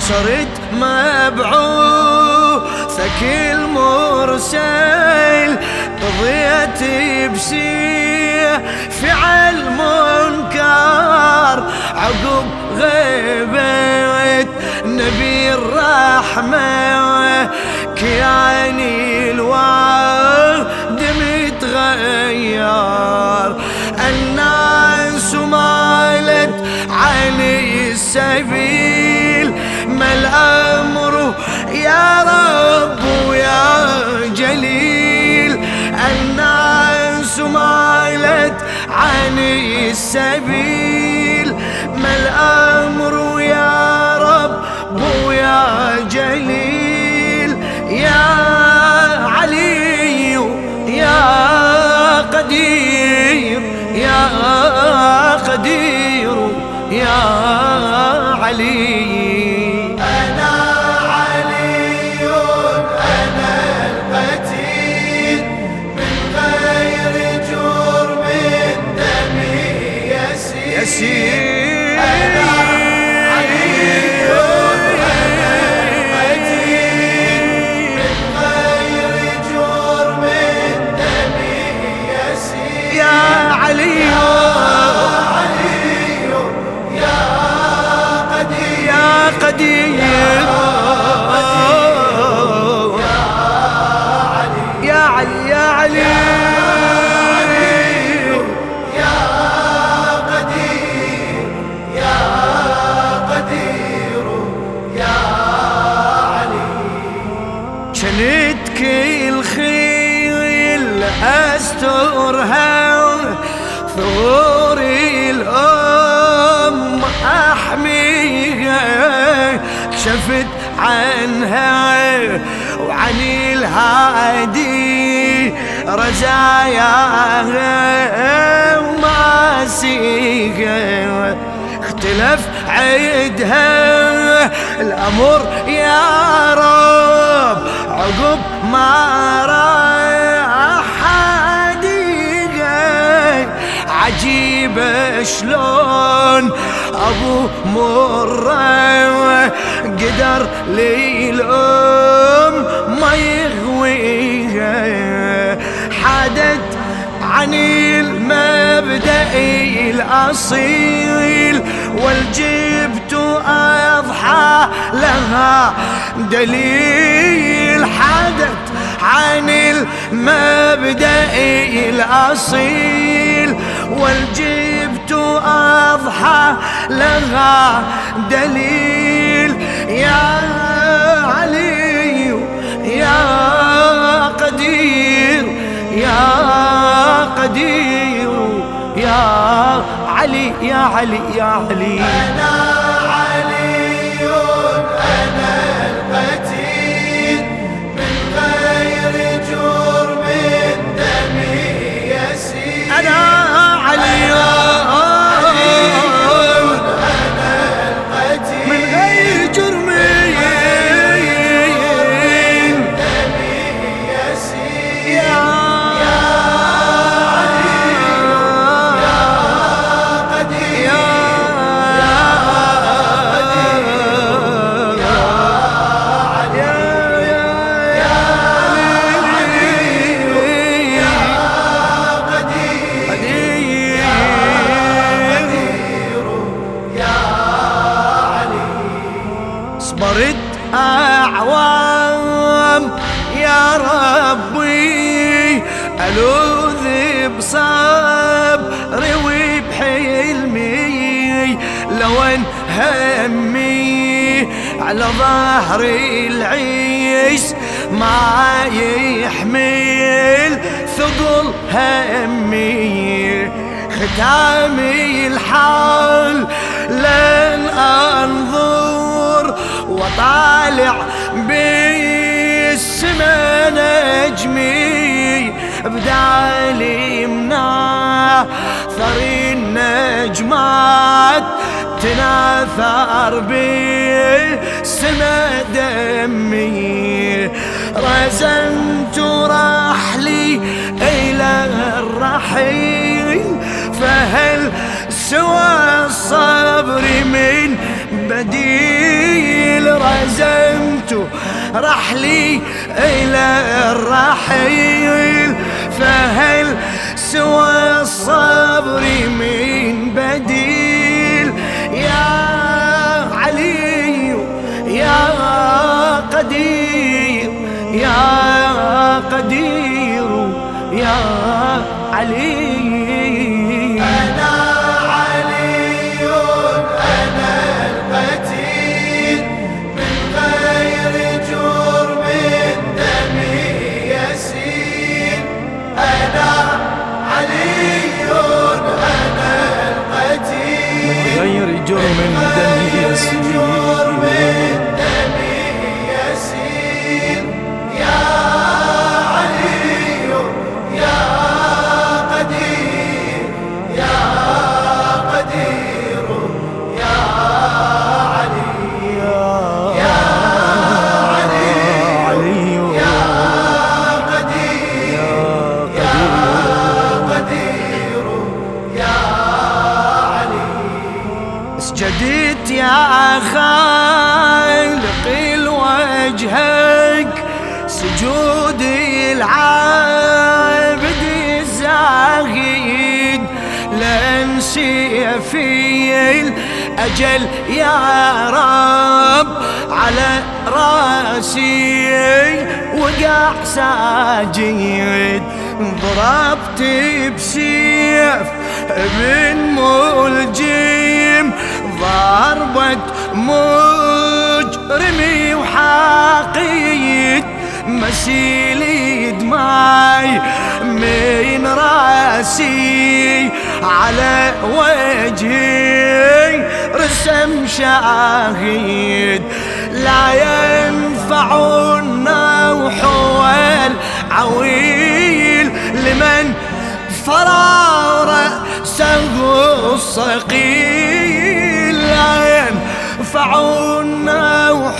صرت مبعوثك المرسل، قضيت بسيف فعل منكر عقب غيبة نبي الرحمة، كياني الوعد متغير، الناس مالت علي السبيل، ما الأمر يا رب ويا جليل، الناس مالت عني السبيل، ما الأمر يا رب ويا جليل، يا علي يا قدير يا قدير يا علي. أنا علي أنا القتيل من غير جرم دمي يسير، يا علي يا علي يا قدير يا قدير يا علي يا علي شنت كل خيل أسترها، ثغوري الأم أحميها، كشفت عنها وعن الهادي رزاياها وماسيها، اختلف عيدها الأمر يا رب عقب ما راح حديقة، عجيبة شلون أبو مرة قدر لي الأم ما يغويها، حدت عن المبدأ الأصيل والجبت أضحى لها دليل، حدت عن المبدأ الأصيل والجبت أضحى لها دليل، يا علي يا قدير يا قدير يا علي يا علي يا علي. أنا علي أنا القتيل من غير جرم دمي يسير، أنا علي أنا القتيل من غير جرم دمي يسير، يا صبرت أعوام يا ربي ألوذ بصبري وبحلمي، لو ان همي على ظهري العيش ما يحمل ثقل همي، ختامي الحال لن انظر وطالع بالسما نجمي، بدالي مناثر النجمات تناثر بالسما دمي، رزنت رحلي إلى الرحيل، فهل سوى الصبر من بديل، رزمت رحلي إلى الرحيل، فهل سوى الصبر من بديل؟ يا علي يا قدير يا قدير يا علي. أنا علي أنا القتيل من غير جرم دمي يسيل. أنا علي أنا القتيل من غير جرم دمي يسيل. سجدت يا خالقي لوجهك سجود العابد الزاهد، لأن سيفي الأجل يا رب على راسي وقع ساجد. ضربت بسيف ابن ملجم ضربة مجرمي وحاقيد، مسيلي دماي من راسي على وجهي رسم شاهد. لا ينفع النوح والعويل لمن فرار رأسه الصقيل. لا ينفع النوح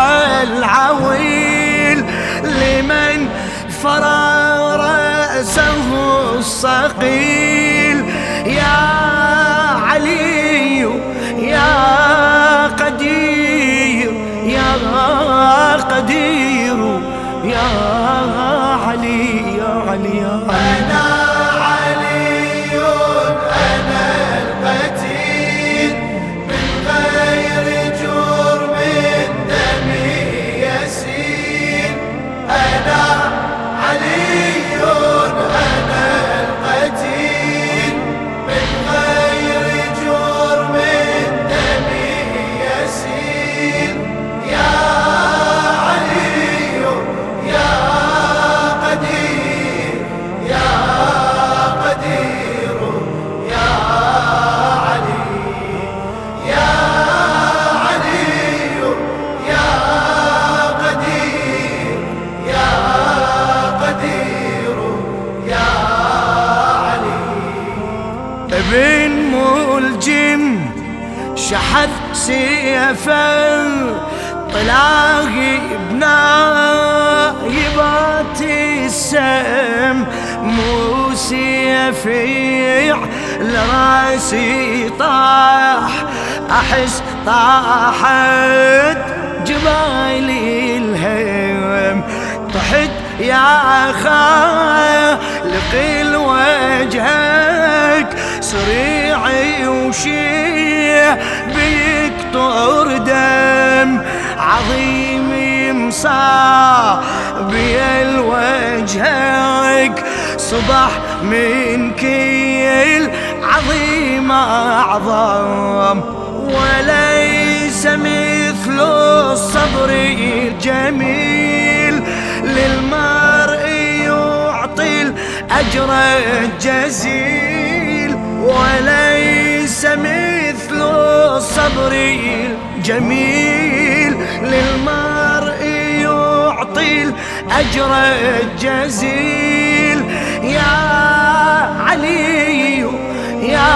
والعويل لمن فرار رأسه الصقيل. يا علي يا قدير يا قدير يا علي يا علي يا علي. أنا علي أنا القتيل من غير جرم دمي يسيل. أنا علي أنا القتيل من غير جرم دمي يسيل. يا علي يا قدير يا قدير يا علي. يا علي يا قدير يا قدير يا علي. ابن ملجم شحذ سيفه طلاقي بنايبات السم، مو سيفي لراسي طاح، أحس طاحت جبالي الهم. طحت يا خالق وجهك سريعي وشيع بيقطر دم، عظيم مصابي الوجهك صبح من كيل عظيم أعظم. وليس مثل الصبر الجميل للمرء يعطي الأجر الجزيل. وليس مثل الصبر الجميل للمرء يعطي الأجر الجزيل. يا علي يا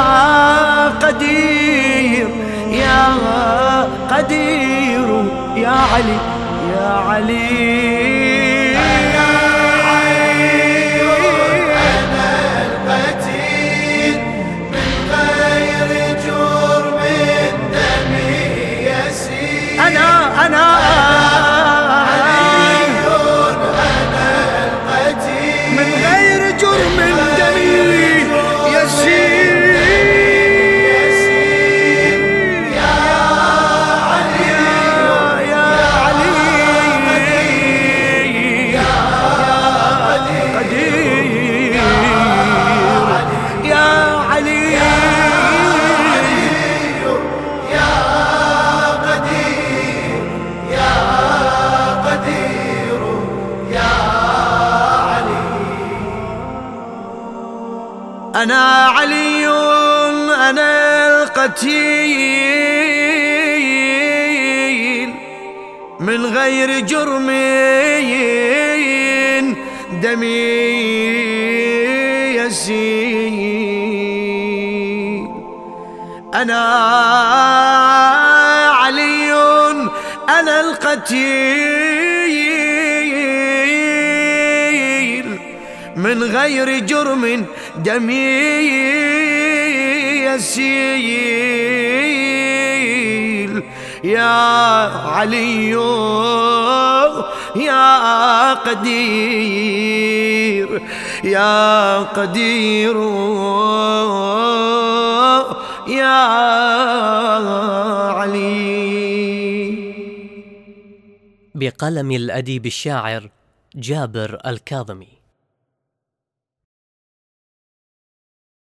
قدير يا قدير يا علي يا علي. أنا أنا علي أنا القتيل من غير جرم دمي يسيل. أنا علي أنا القتيل من غير جرم دمي يسيل. يا علي يا قدير يا قدير يا علي. بقلم الأديب الشاعر جابر الكاظمي.